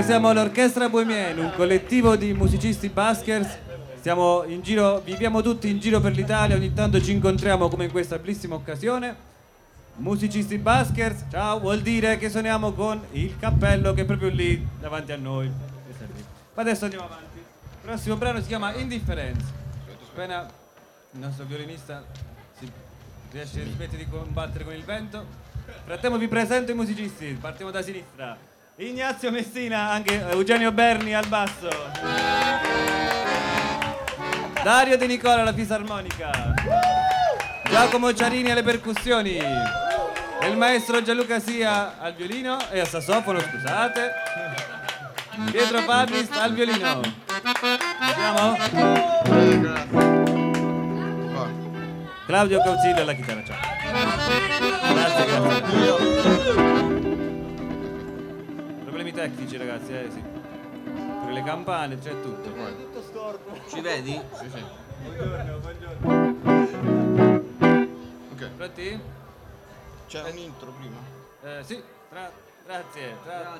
Noi siamo l'Orchestra Bohemienne, un collettivo di musicisti baskers. Stiamo in giro, viviamo tutti in giro per l'Italia, ogni tanto ci incontriamo come in questa bellissima occasione. Musicisti baskers, ciao, vuol dire che suoniamo con il cappello che è proprio lì davanti a noi. Ma adesso andiamo avanti. Il prossimo brano si chiama Indifference. Appena il nostro violinista riesce a smettere di combattere con il vento. Nel frattempo vi presento i musicisti, partiamo da sinistra. Ignazio Messina, anche Eugenio Berni al basso. Dario De Nicola alla fisarmonica. Giacomo Ciarini alle percussioni. E il maestro Gianluca Sia al violino e al sassofono, scusate. Pietro Fabris al violino. Vediamo? Claudio Causillo alla chitarra, ciao. Grazie, grazie. Problemi tecnici, ragazzi, sì. Per le campane c'è tutto. Tutto storto. Ci vedi? Sì, sì. Buongiorno. Ok. Pronti? C'è un intro prima? Sì. Grazie.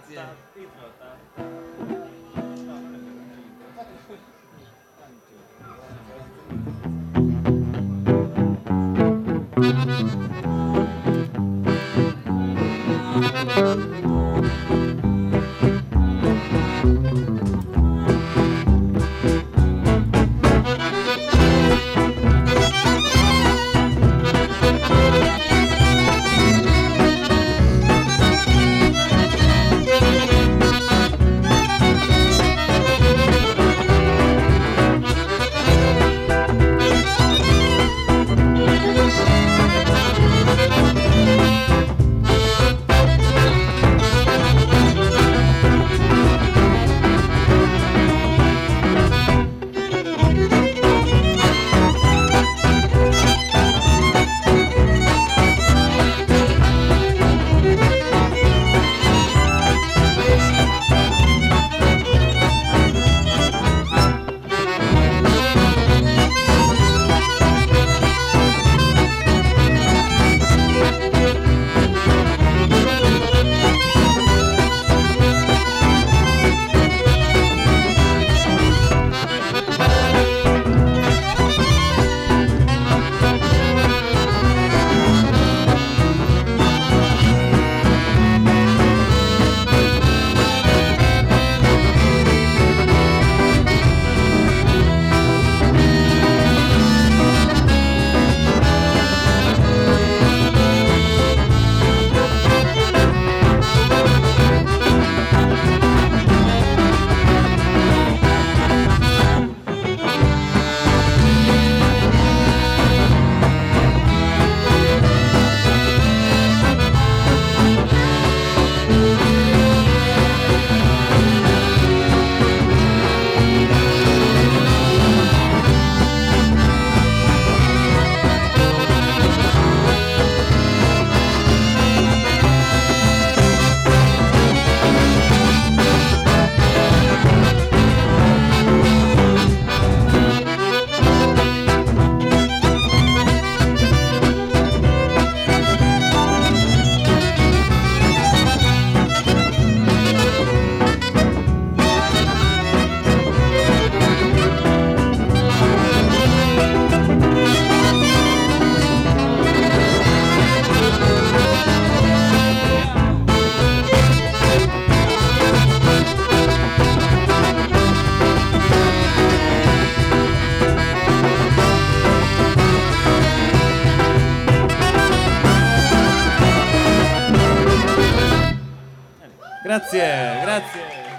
Grazie.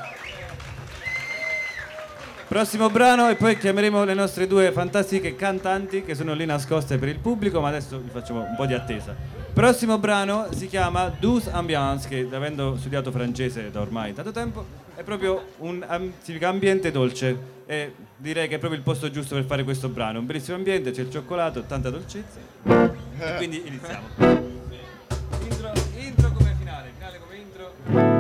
Prossimo brano e poi chiameremo le nostre due fantastiche cantanti che sono lì nascoste per il pubblico, ma adesso vi facciamo un po' di attesa. Prossimo brano si chiama Douce Ambiance, che avendo studiato francese da ormai tanto tempo è proprio significa ambiente dolce e direi che è proprio il posto giusto per fare questo brano. Un bellissimo ambiente, c'è il cioccolato, tanta dolcezza e quindi iniziamo. Intro come finale come intro.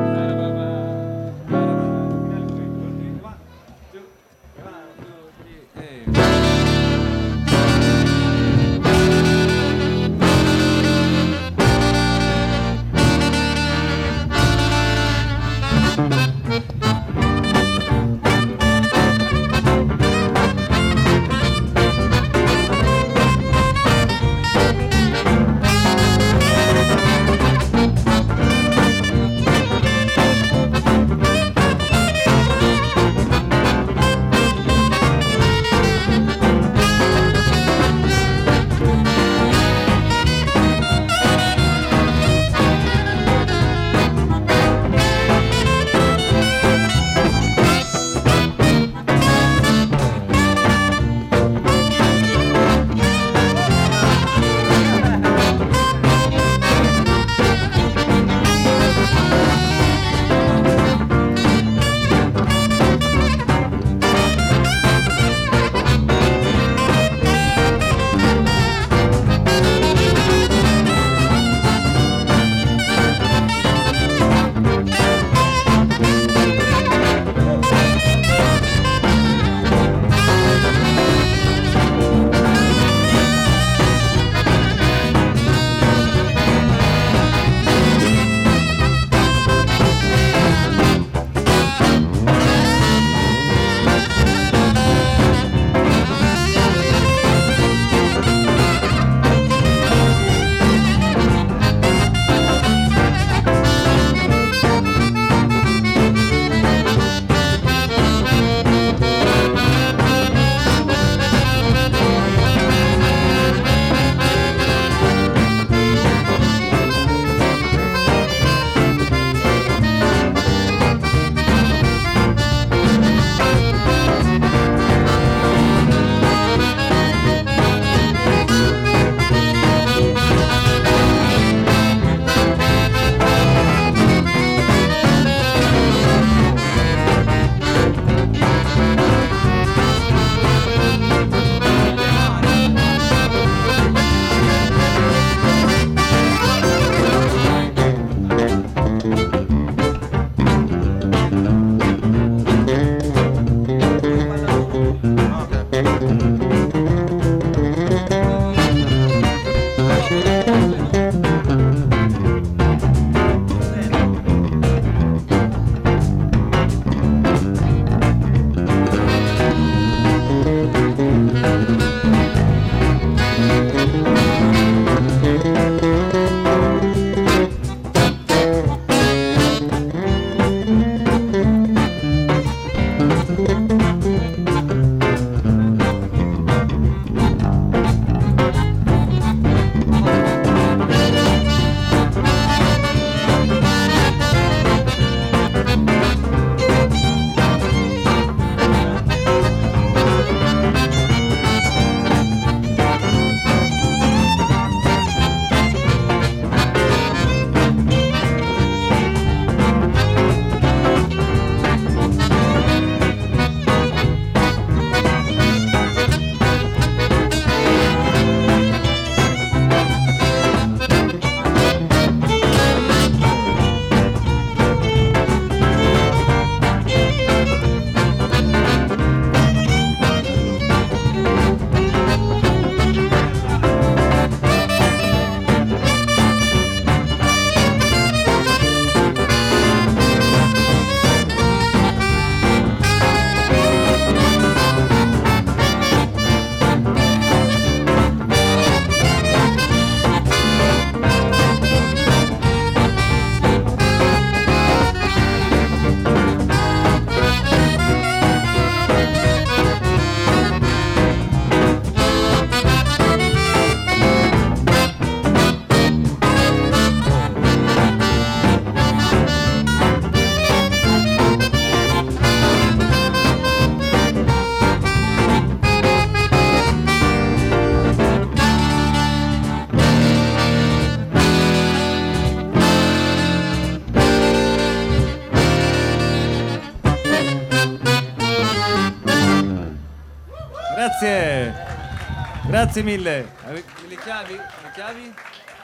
Grazie. Grazie mille. Le chiavi? Le chiavi?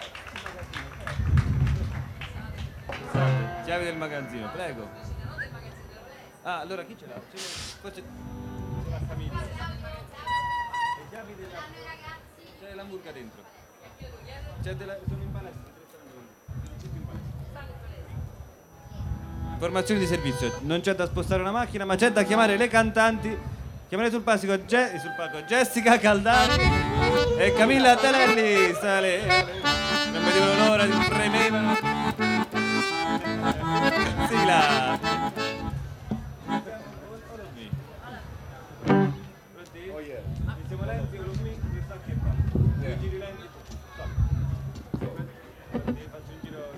Chiavi del magazzino, prego. Ah, allora chi ce l'ha? Forse la famiglia. Le chiavi della... C'è l'hamburger dentro. Sono in palestra. Informazioni di servizio. Non c'è da spostare una macchina, ma c'è da chiamare le cantanti. Chiamare sul palco Jessica Caldani e Camilla Tanelli. Non vedevano l'ora, premevano. Sigla. Siamo lenti, lo swing, sta che fa. Giri lenti, stop. Faccio un giro.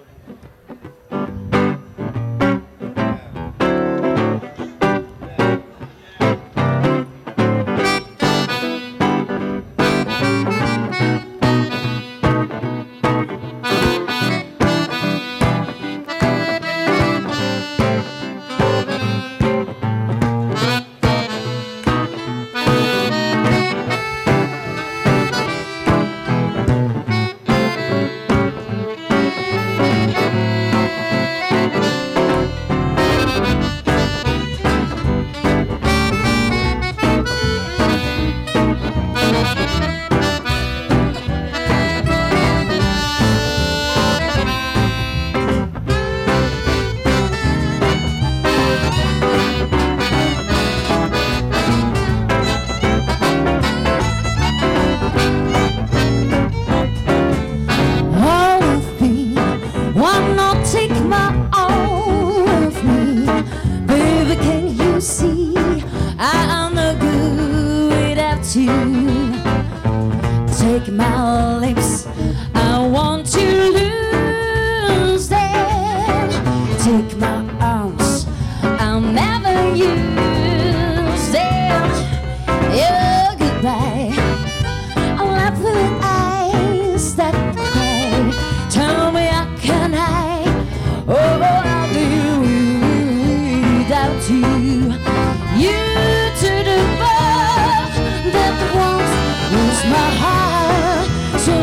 Take my lips, I want to lose them. Take my arms, I'll never use them. Yeah, goodbye. I'll laugh with eyes that cry. Tell me how can I? Oh, I'll do without you. You to the birth that once was my heart. So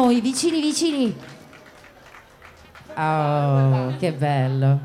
noi, vicini vicini. Oh, che bello.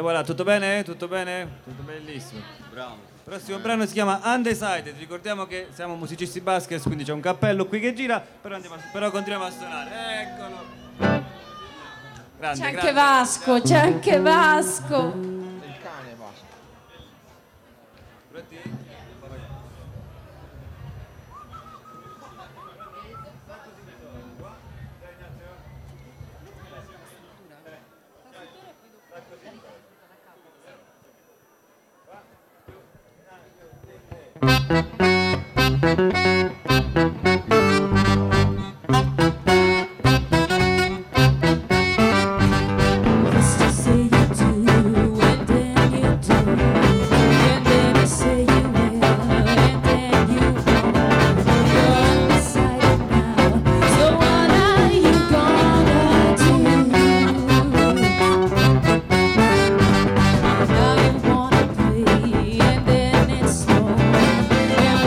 voilà, tutto bene? Tutto bene? Tutto bellissimo. Bravo. Il prossimo brano si chiama Undecided. Ricordiamo che siamo musicisti Baskers, quindi c'è un cappello qui che gira, però continuiamo a suonare. Eccolo. Grande, C'è anche grande. Vasco, c'è anche Vasco. Il cane Vasco. Pronti? Now you wanna play and then it's slow.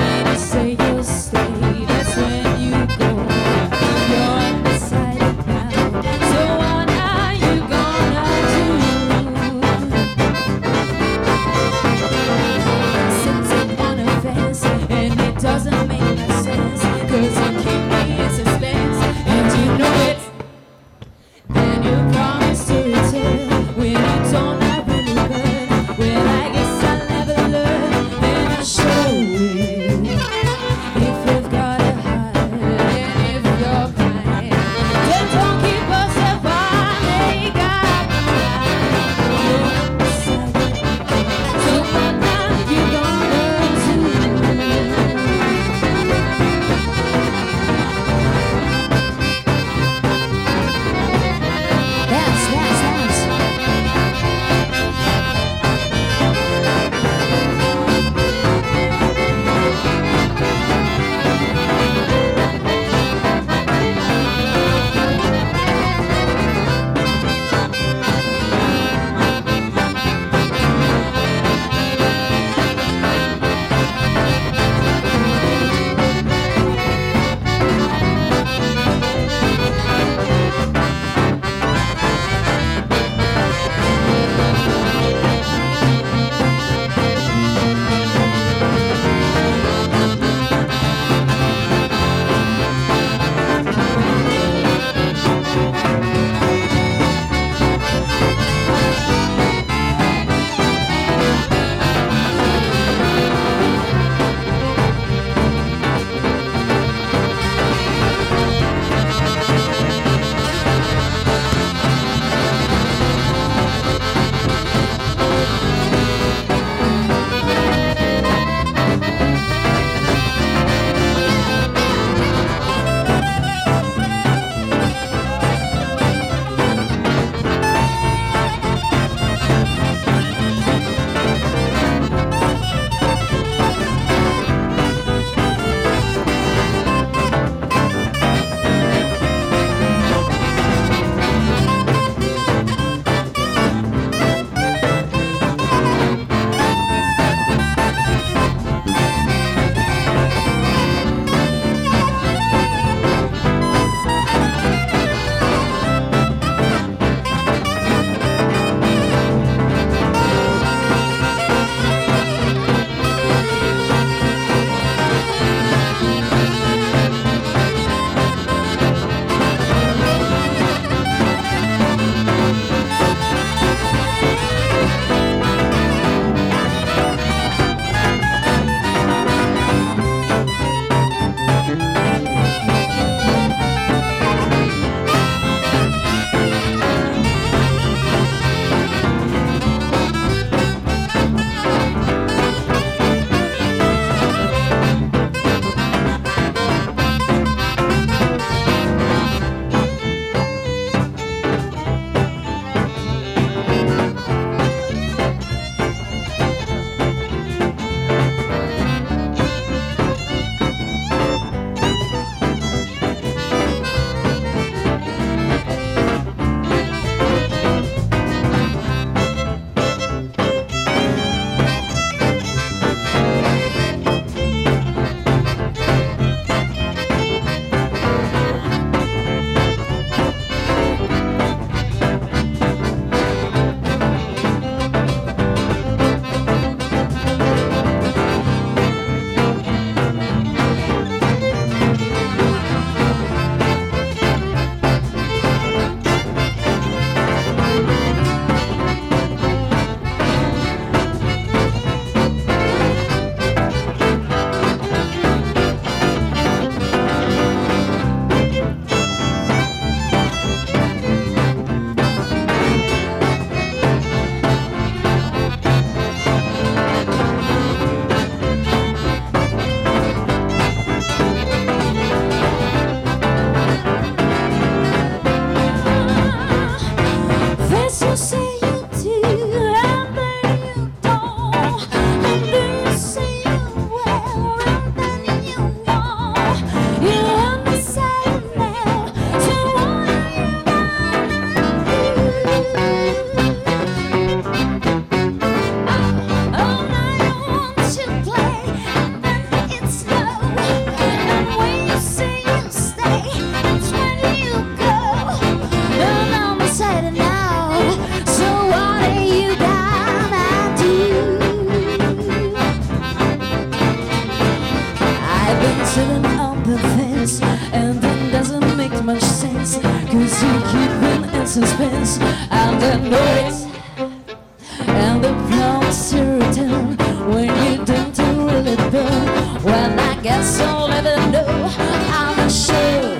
the noise and the promise to return when you don't really burn. Well, I guess I'll never know. I'm not sure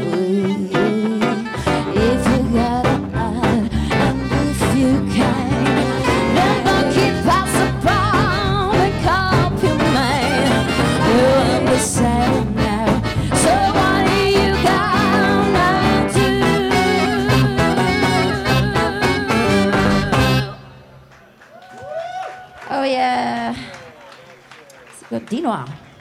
if you got a heart and if you can. Never keep us apart and compromise. You're undecided now. So what do you gonna do? Oh yeah. Si continua.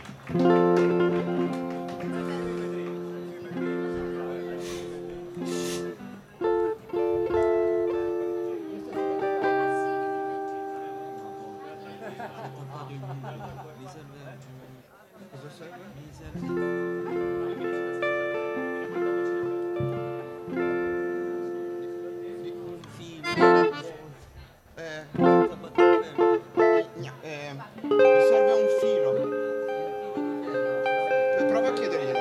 Mi serve un filo. Prova a chiederglielo.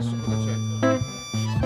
adesso cosa c'è?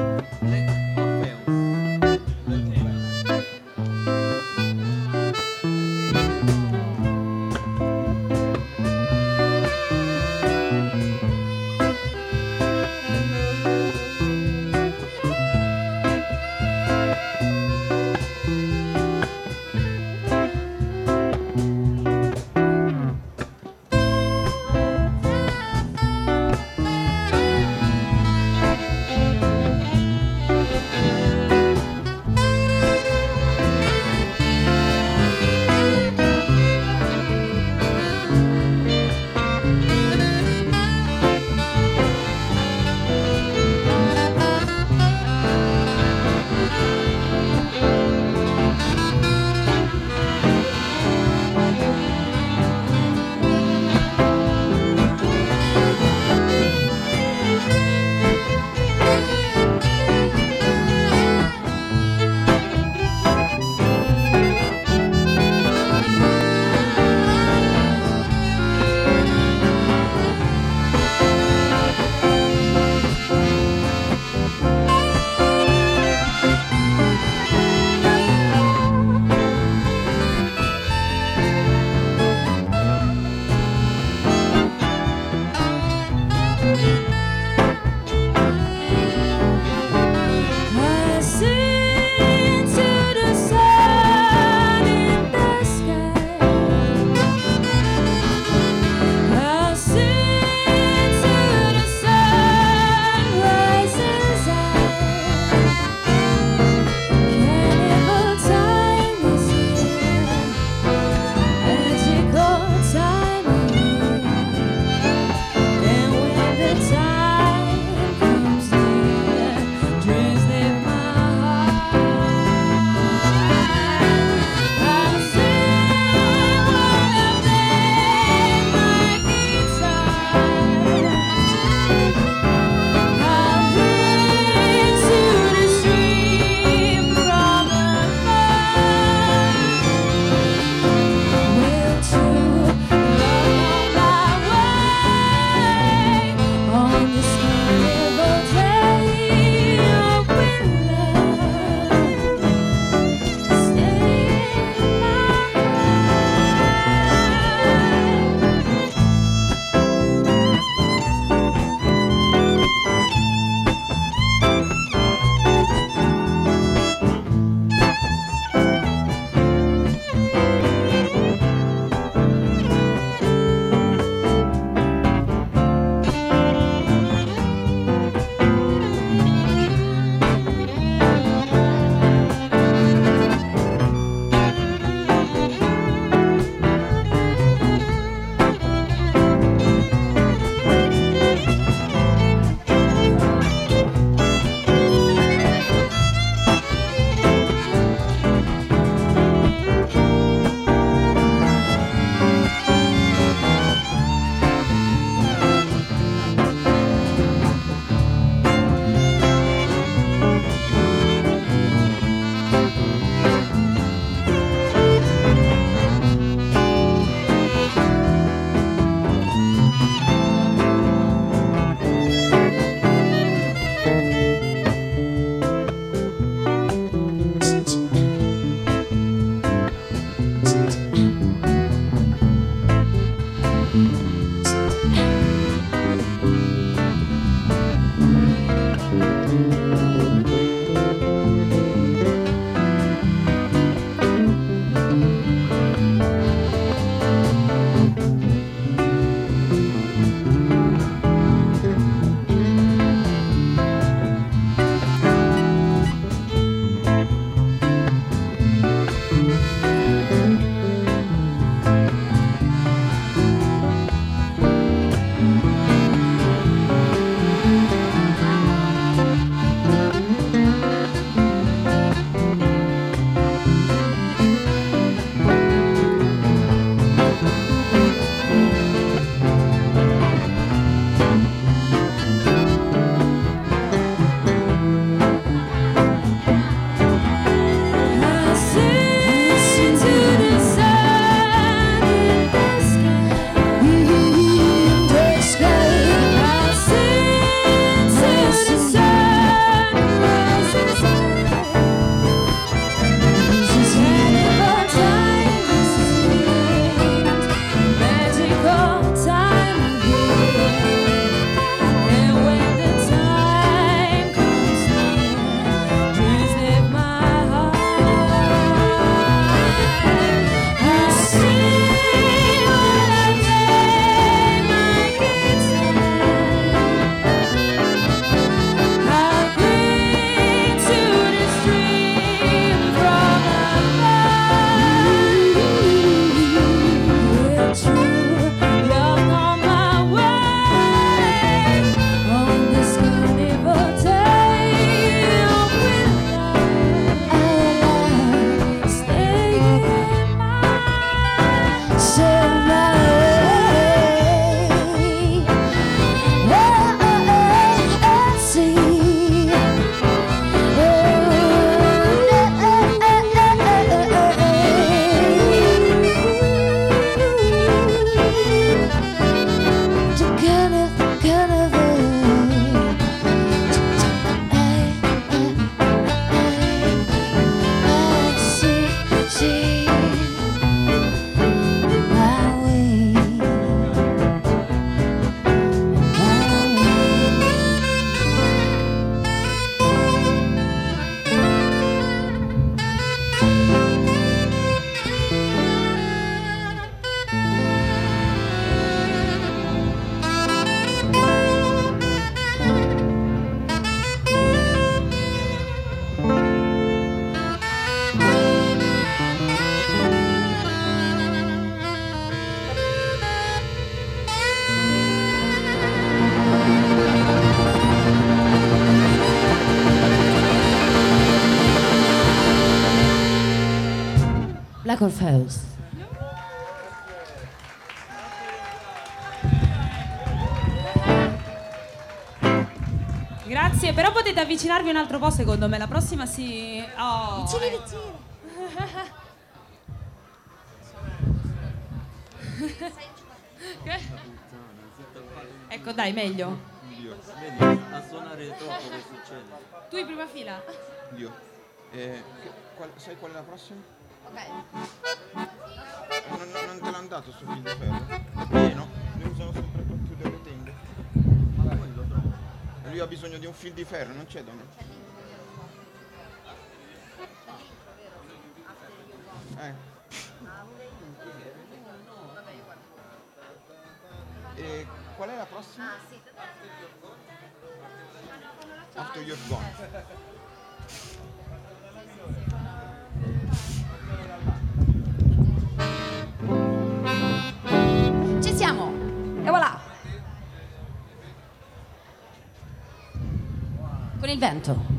Michael Phelps. Grazie, però potete avvicinarvi un altro po' secondo me, la prossima si... Oh, Vicini. Ecco, dai, meglio. Dio, vedi, a suonare troppo che succede? Tu in prima fila. Dio. Sai qual è la prossima? Ok. Non te l'hanno dato sto fil di ferro? È pieno? Li usano sempre per chiudere le tende. Ma poi lo trovo. E lui ha bisogno di un fil di ferro, non c'è dove? E qual è la prossima? After You're Gone. Ci siamo. E voilà. Con il vento.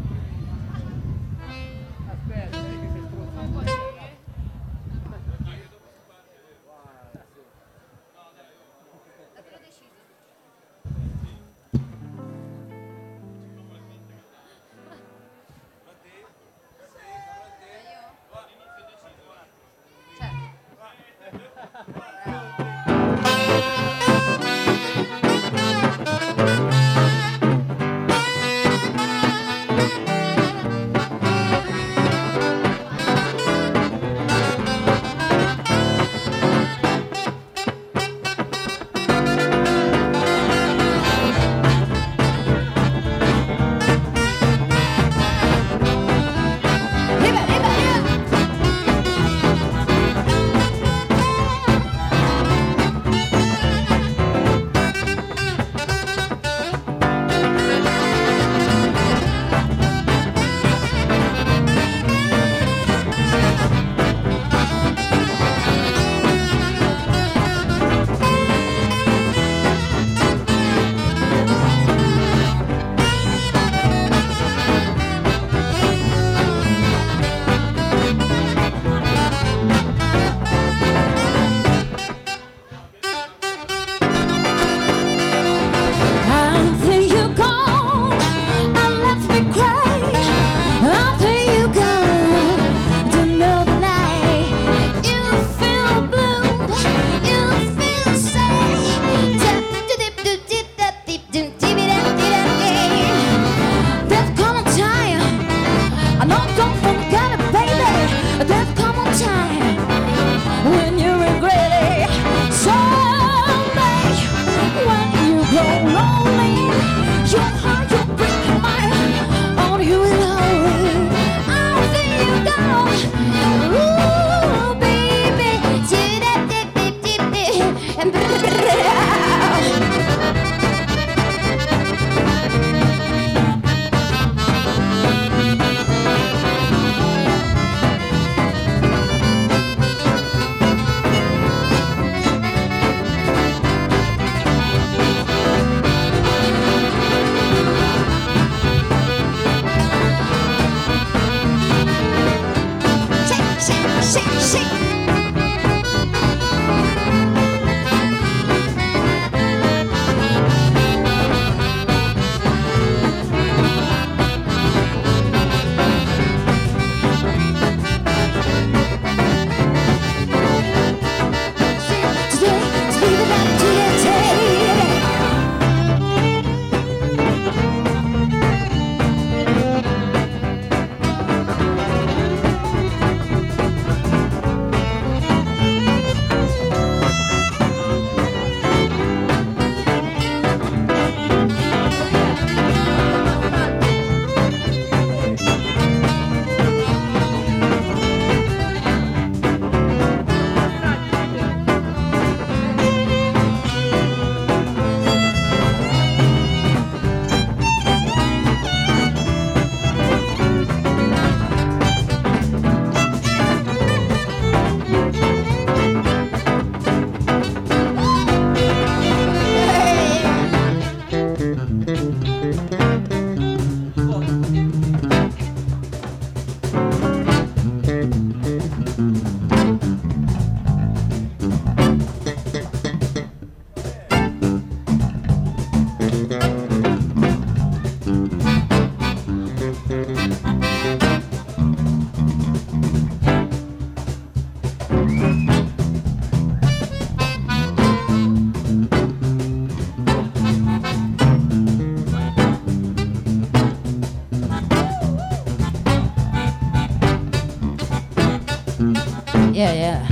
Yeah, yeah.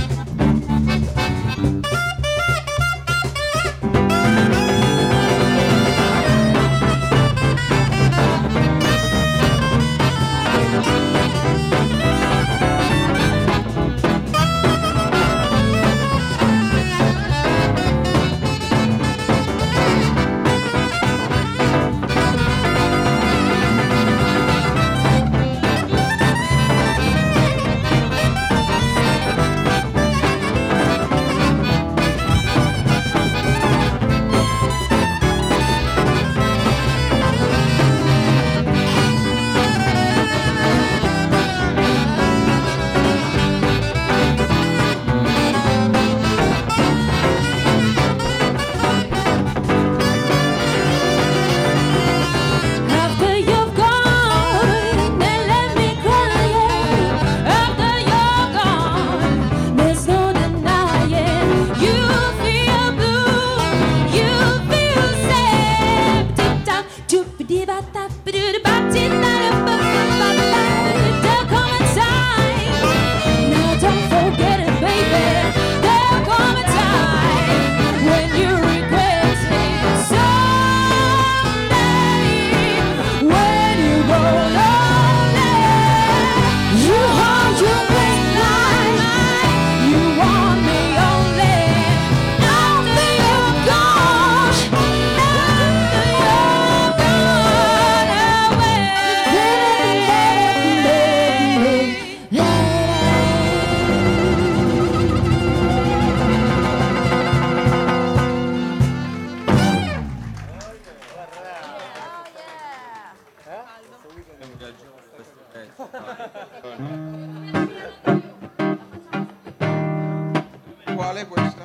Quale questa?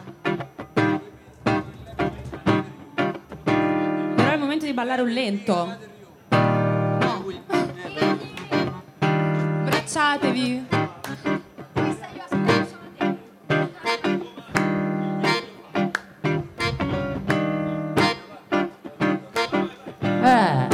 Però è il momento di ballare un lento. No. Abbracciatevi. Yeah.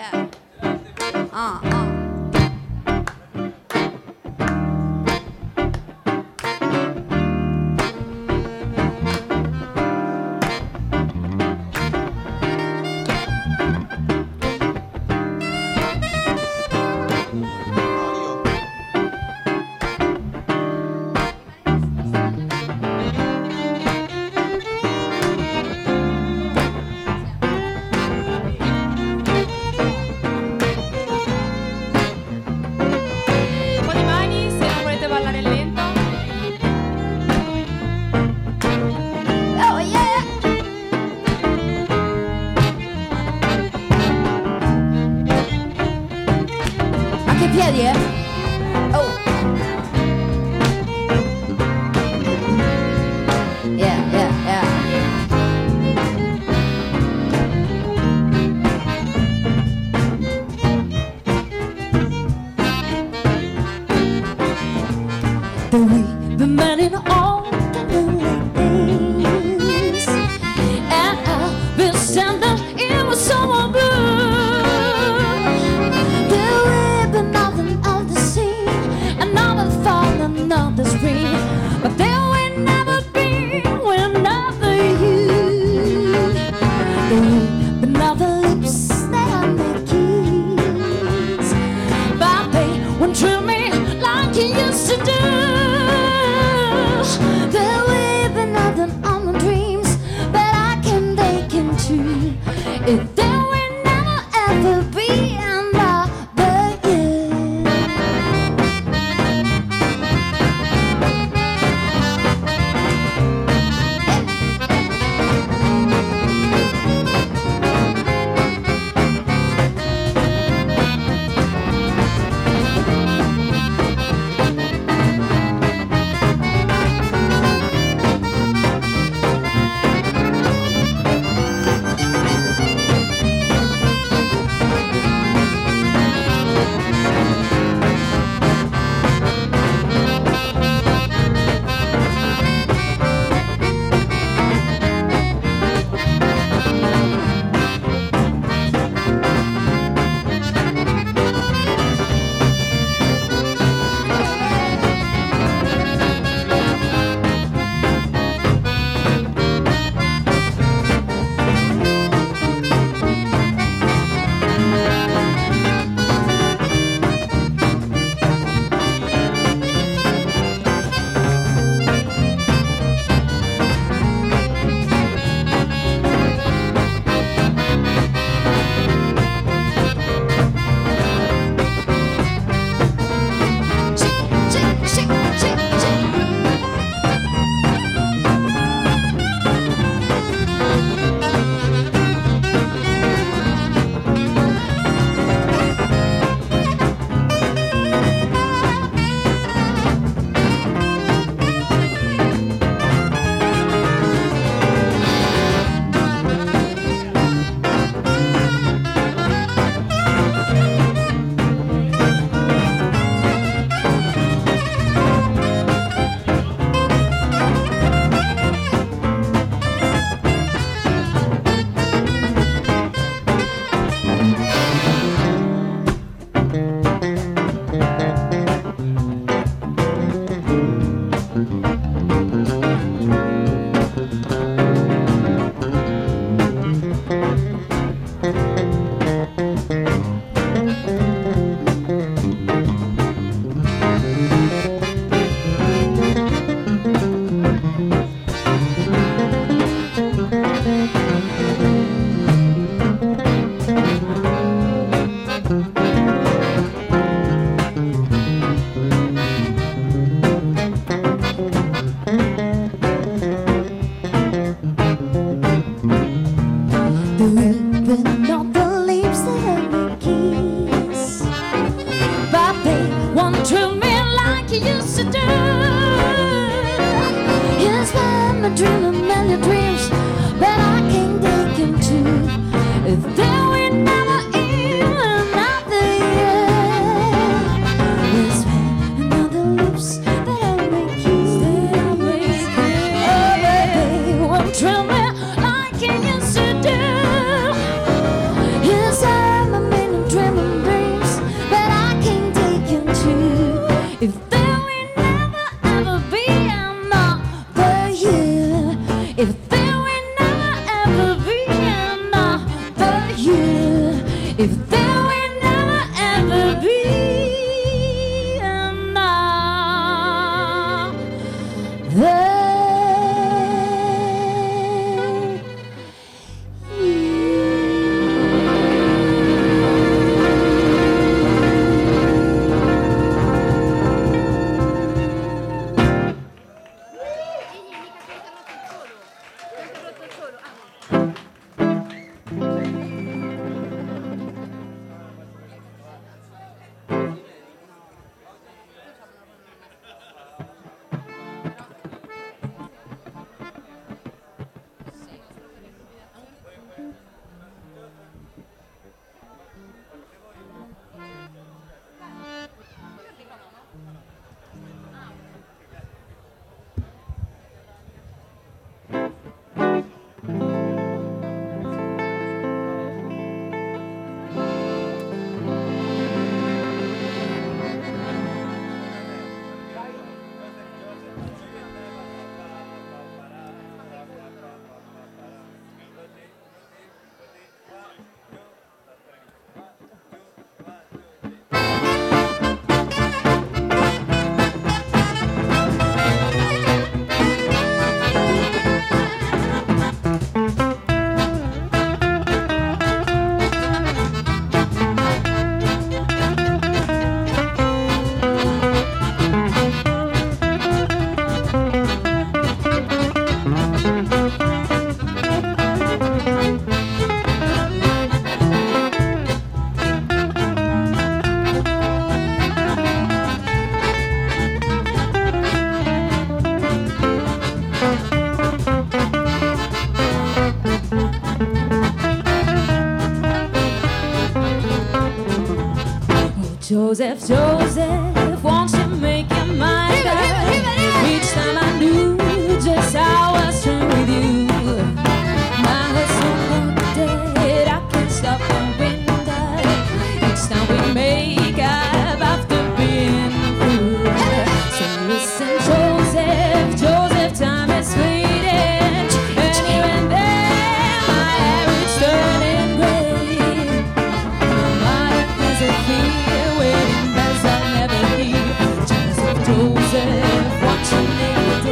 Un po' di mani se non volete ballare lento. Oh yeah. Anche i piedi, eh? Oh. Yeah, yeah, yeah. But we've been burning all the days, and I've been standing in with someone blue. We've been nothing of the sea, Joseph, Joseph, won't you make your mind up? Each time I knew just how I was strong with you. My heart's so dead, I can't stop the winter. Each time we make up after being through. So listen, Joseph, Joseph, time is fleeting. And here and there, my hair is turning gray. My life has a fear, waiting as I never hear. Joseph, Joseph, watch your name.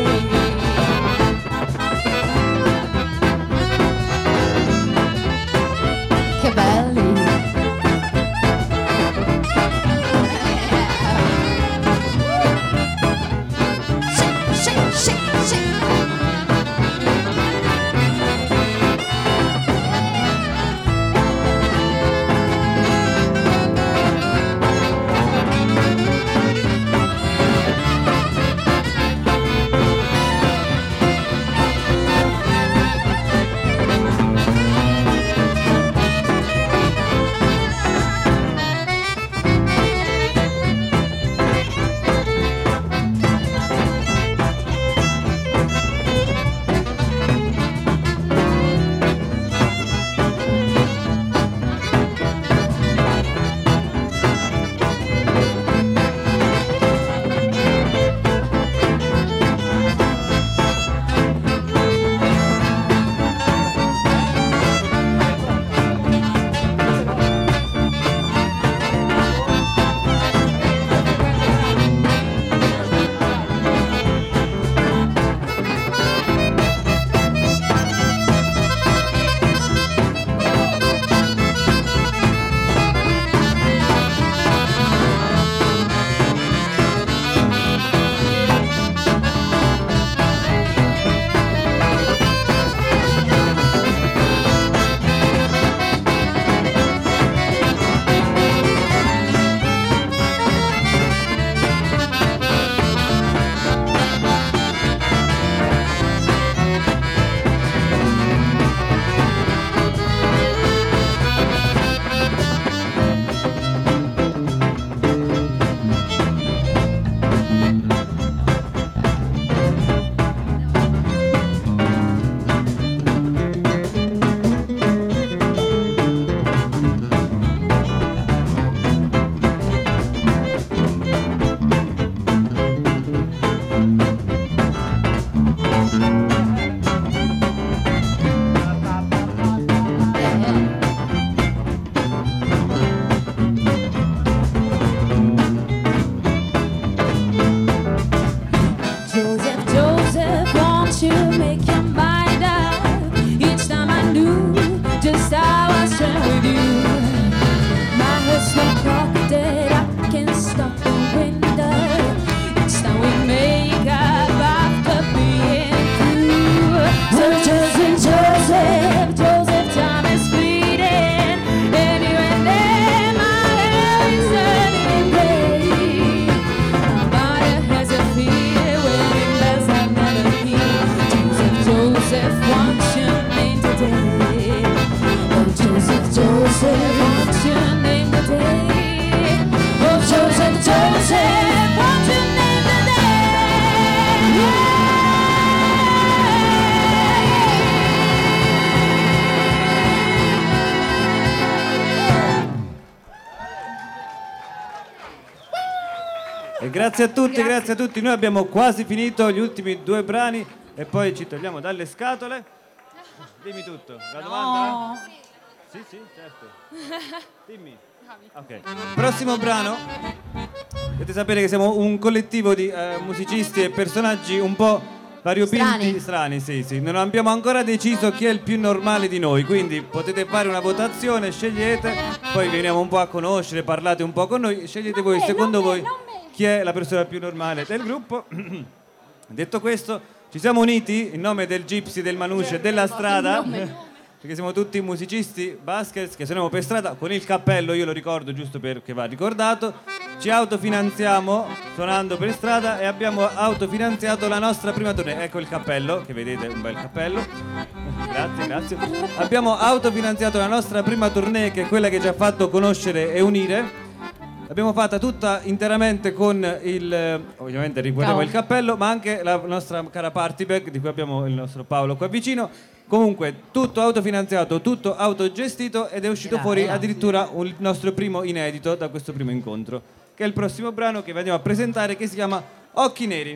E grazie a tutti, grazie a tutti. Noi abbiamo quasi finito gli ultimi 2 brani e poi ci togliamo dalle scatole. Dimmi tutto. La domanda? Sì, certo. Dimmi. Ok. Prossimo brano. Dovete sapere che siamo un collettivo di musicisti e personaggi un po' variopinti, strani, sì. Non abbiamo ancora deciso chi è il più normale di noi, quindi potete fare una votazione, scegliete, poi veniamo un po' a conoscere, parlate un po' con noi, scegliete voi, secondo voi, chi è la persona più normale del gruppo. Detto questo, ci siamo uniti in nome del Gypsy, del Manouche e della strada, perché siamo tutti musicisti baskers che suoniamo per strada con il cappello, io lo ricordo giusto perché va ricordato. Ci autofinanziamo suonando per strada e abbiamo autofinanziato la nostra prima tournée. Ecco il cappello, che vedete, un bel cappello. Grazie. Abbiamo autofinanziato la nostra prima tournée, che è quella che ci ha fatto conoscere e unire. L'abbiamo fatta tutta interamente con ovviamente ricordiamo il cappello, ma anche la nostra cara party bag, di cui abbiamo il nostro Paolo qua vicino. Comunque tutto autofinanziato, tutto autogestito ed è uscito fuori addirittura il nostro primo inedito da questo primo incontro, che è il prossimo brano che vi andiamo a presentare, che si chiama Occhi Neri.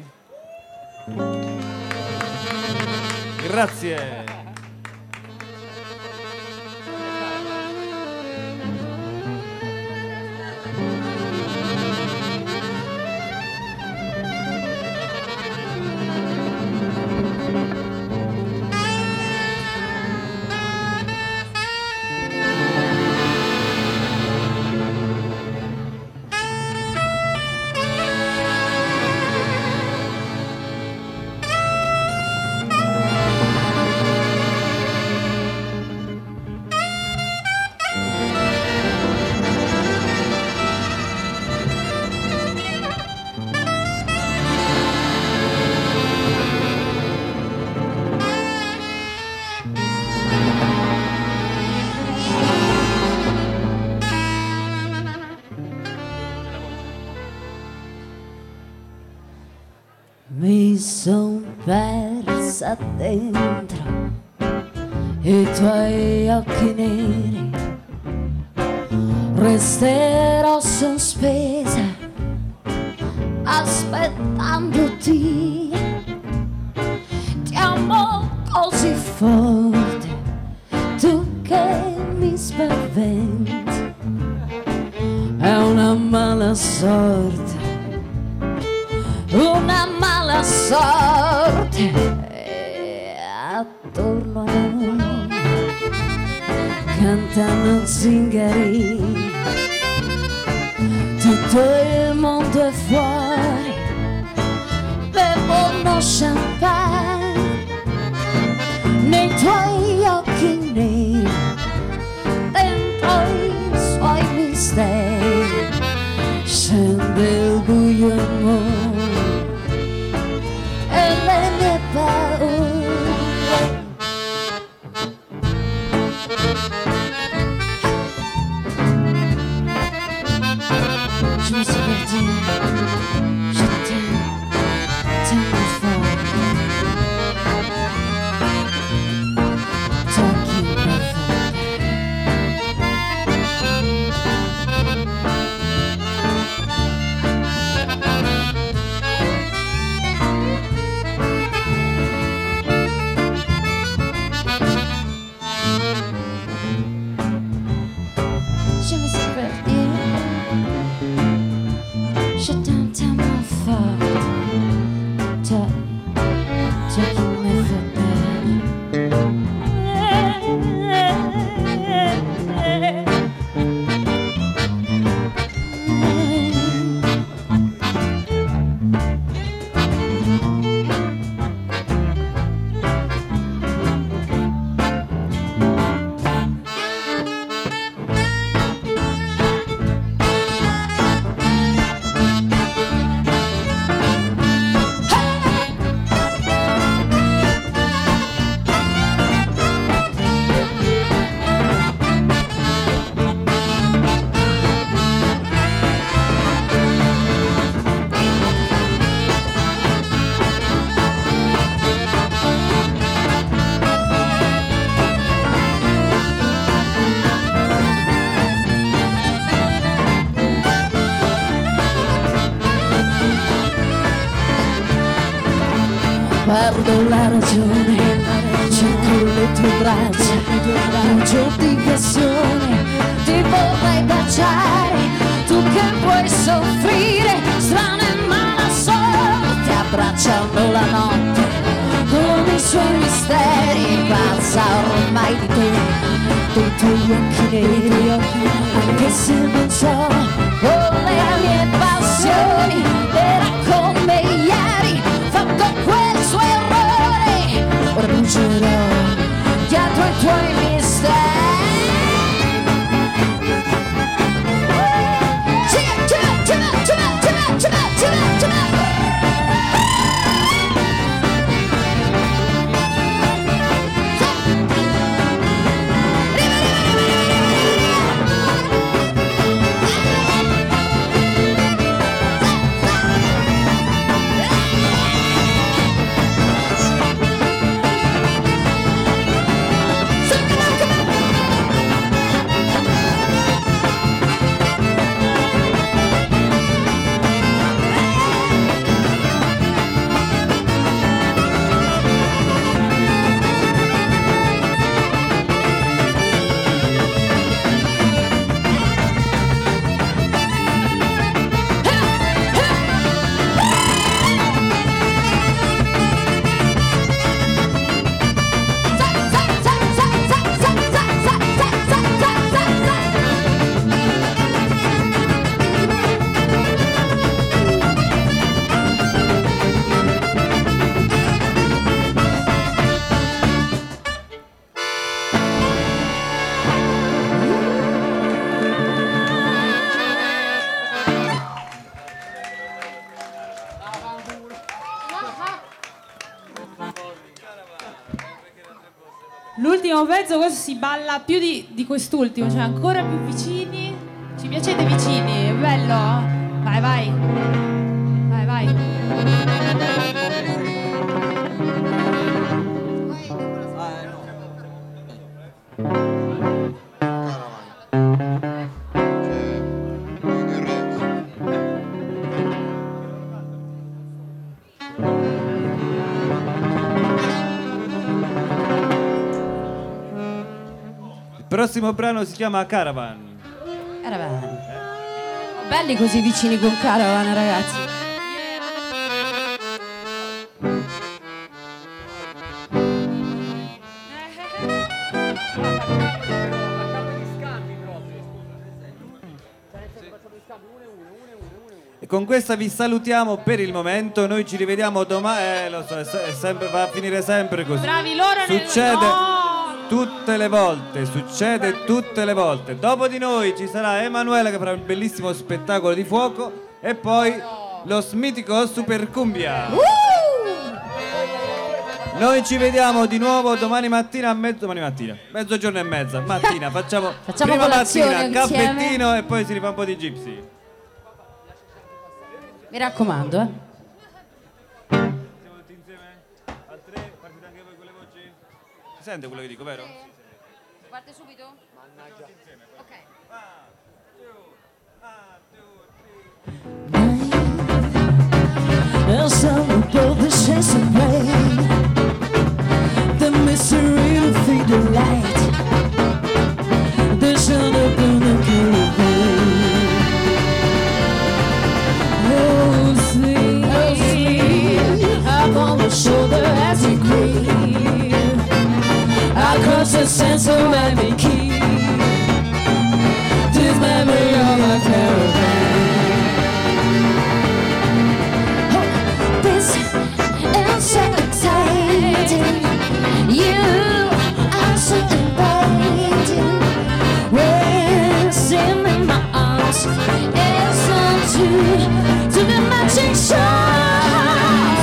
Grazie. Mi son persa dentro i tuoi occhi neri, resterò sospesa aspettandoti. Ti amo così forte, tu che mi spaventi. È una mala sorte, una mala sorte. Attorno a noi cantano zingari, tutto il mondo è fuori, bevono champagne nei tuoi occhi neri, dentro i suoi misteri scende il buio amore e le mie paure. Je me suis perdue, je t'aime tellement fort, toi qui me je me suis perdue. Je t'aime tellement fort, toi qui me fais peur. perdo la ragione, cerco le tue braccia, raggio di passione, ti vorrei baciare, tu che puoi soffrire, strana e mala sorte, abbracciando la notte con i suoi misteri, pazza ormai di te, dei tuoi occhi neri, anche se non so, con le mie passioni, era come ieri, fatto quel suo errore, ora brucerò dietro i tuoi misteri. L'ultimo pezzo, questo si balla più di quest'ultimo, cioè ancora più vicini. Ci piacete vicini, è bello? Vai, vai. Vai, vai. Il prossimo brano si chiama Caravan. Caravan. Belli così vicini con Caravan, ragazzi. E con questa vi salutiamo per il momento. Noi ci rivediamo domani. Lo so, è sempre, va a finire sempre così. Bravi loro. Succede. No! Tutte le volte, succede tutte le volte. Dopo di noi ci sarà Emanuele che farà un bellissimo spettacolo di fuoco e poi lo mitico Super Cumbia. Noi ci vediamo di nuovo domani mattina a mezzogiorno e mezza, mattina, facciamo prima colazione mattina, insieme. caffettino e poi si rifà un po' di gypsy. Mi raccomando, Siamo tutti insieme? Al 3, partite anche voi con le voci? Si sente quello che dico, vero? Parte subito? Mannaggia. Ok. And some both the sense of pain, the misery to feed the light, the sun up in the caravan. Oh, sleep up on the shoulder as he creep across the sense of every key, this memory of a caravan. You are so inviting, racing in my arms, it's on to the matching shore.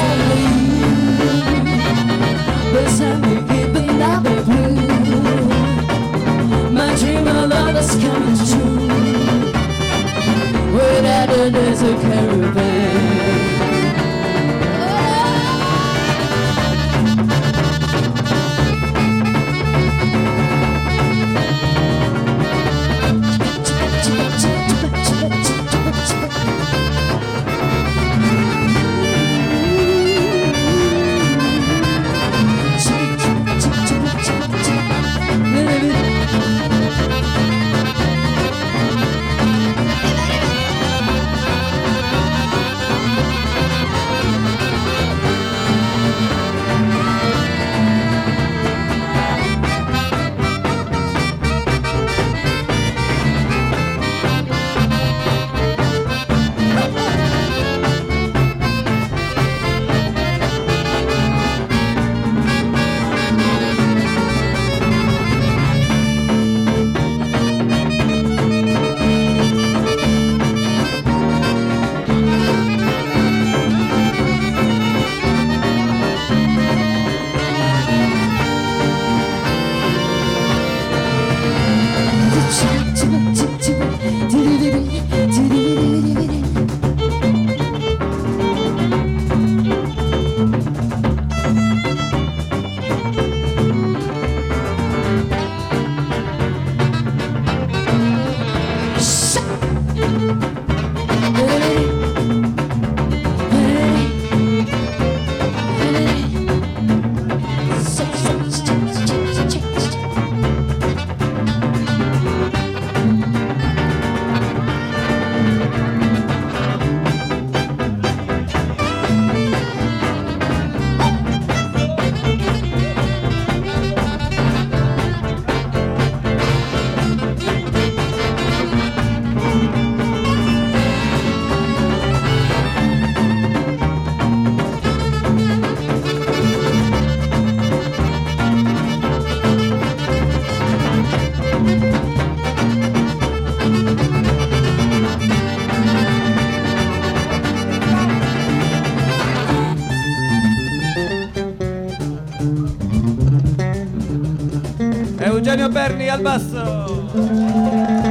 Beside me, keeping up the blue, my dream of love is coming true. Without a desert caravan. Eugenio Berni al basso.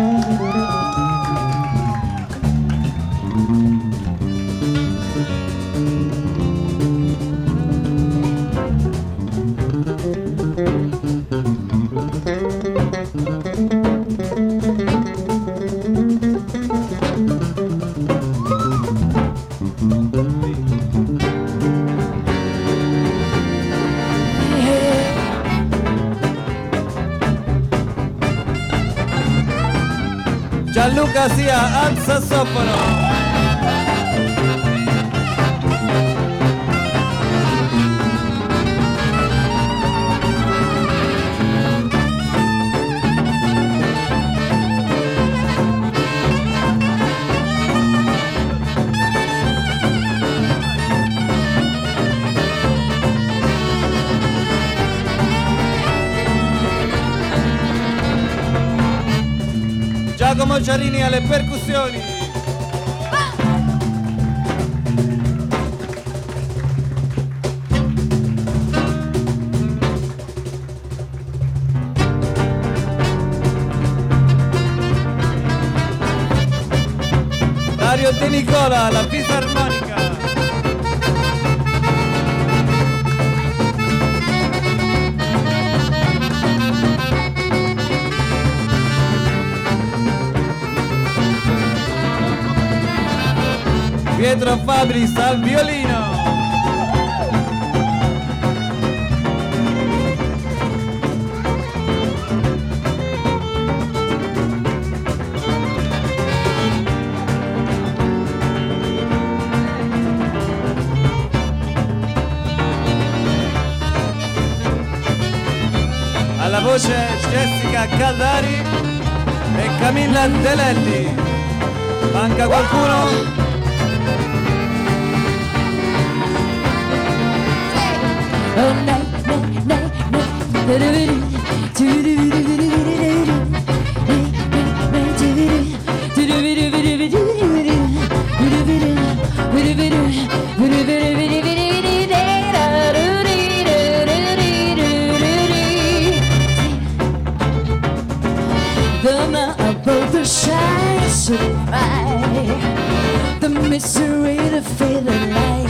Gianluca Sia al sassofono. Giacomo Ciarini alle percussioni. Dario De Nicola alla fisarmonica. Pietro Fabris al violino. Alla voce Jessica Caldari e Camilla Delelli. Manca qualcuno? Oh, nay, nay, nay, the night above the shine so bright, the mystery, the faded light,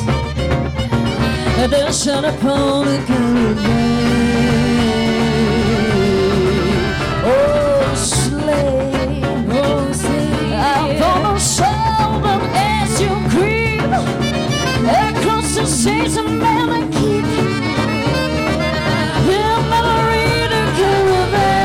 the shine upon the caravan. Oh, slave, I'm gonna show them as you creep across the seas of Malachite. The memory, the caravan.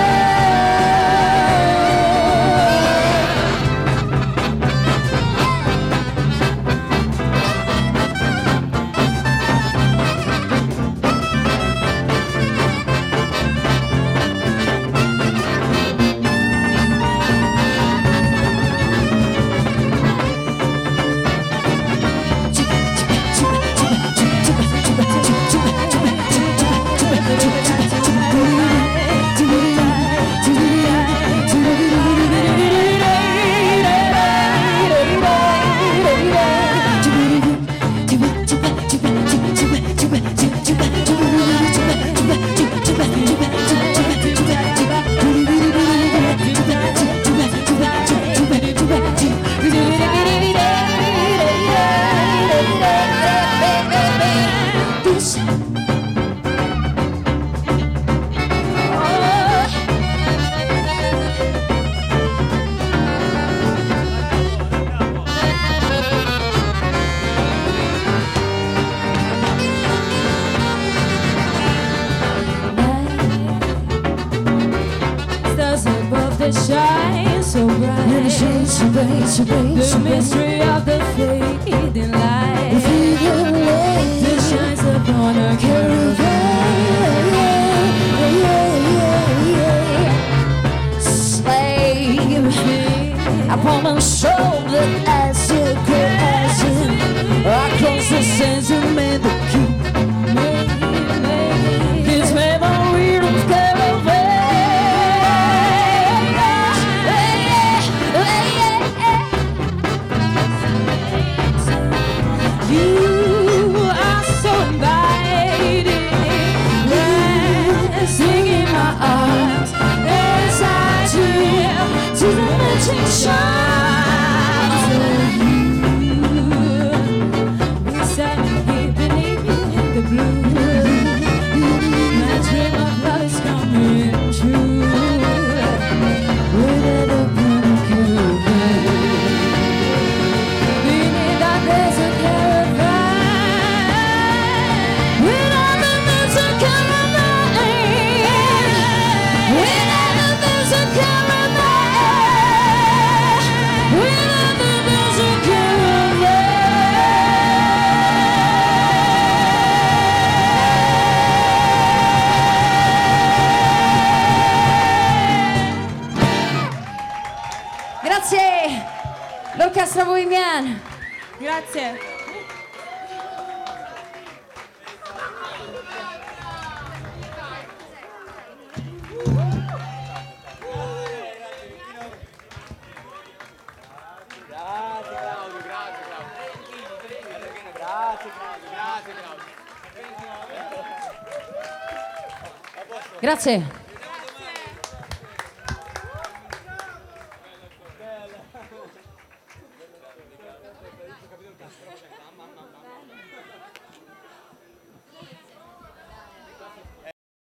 Shine so bright, and shine so bright, so bright, the mystery of the fading light, the fading light that shines upon a caravan. Slave upon a shoulder as you cross across the sands of Mendocino. This memory of caravan. Singing my Orchestra Bohemian. Grazie. Grazie.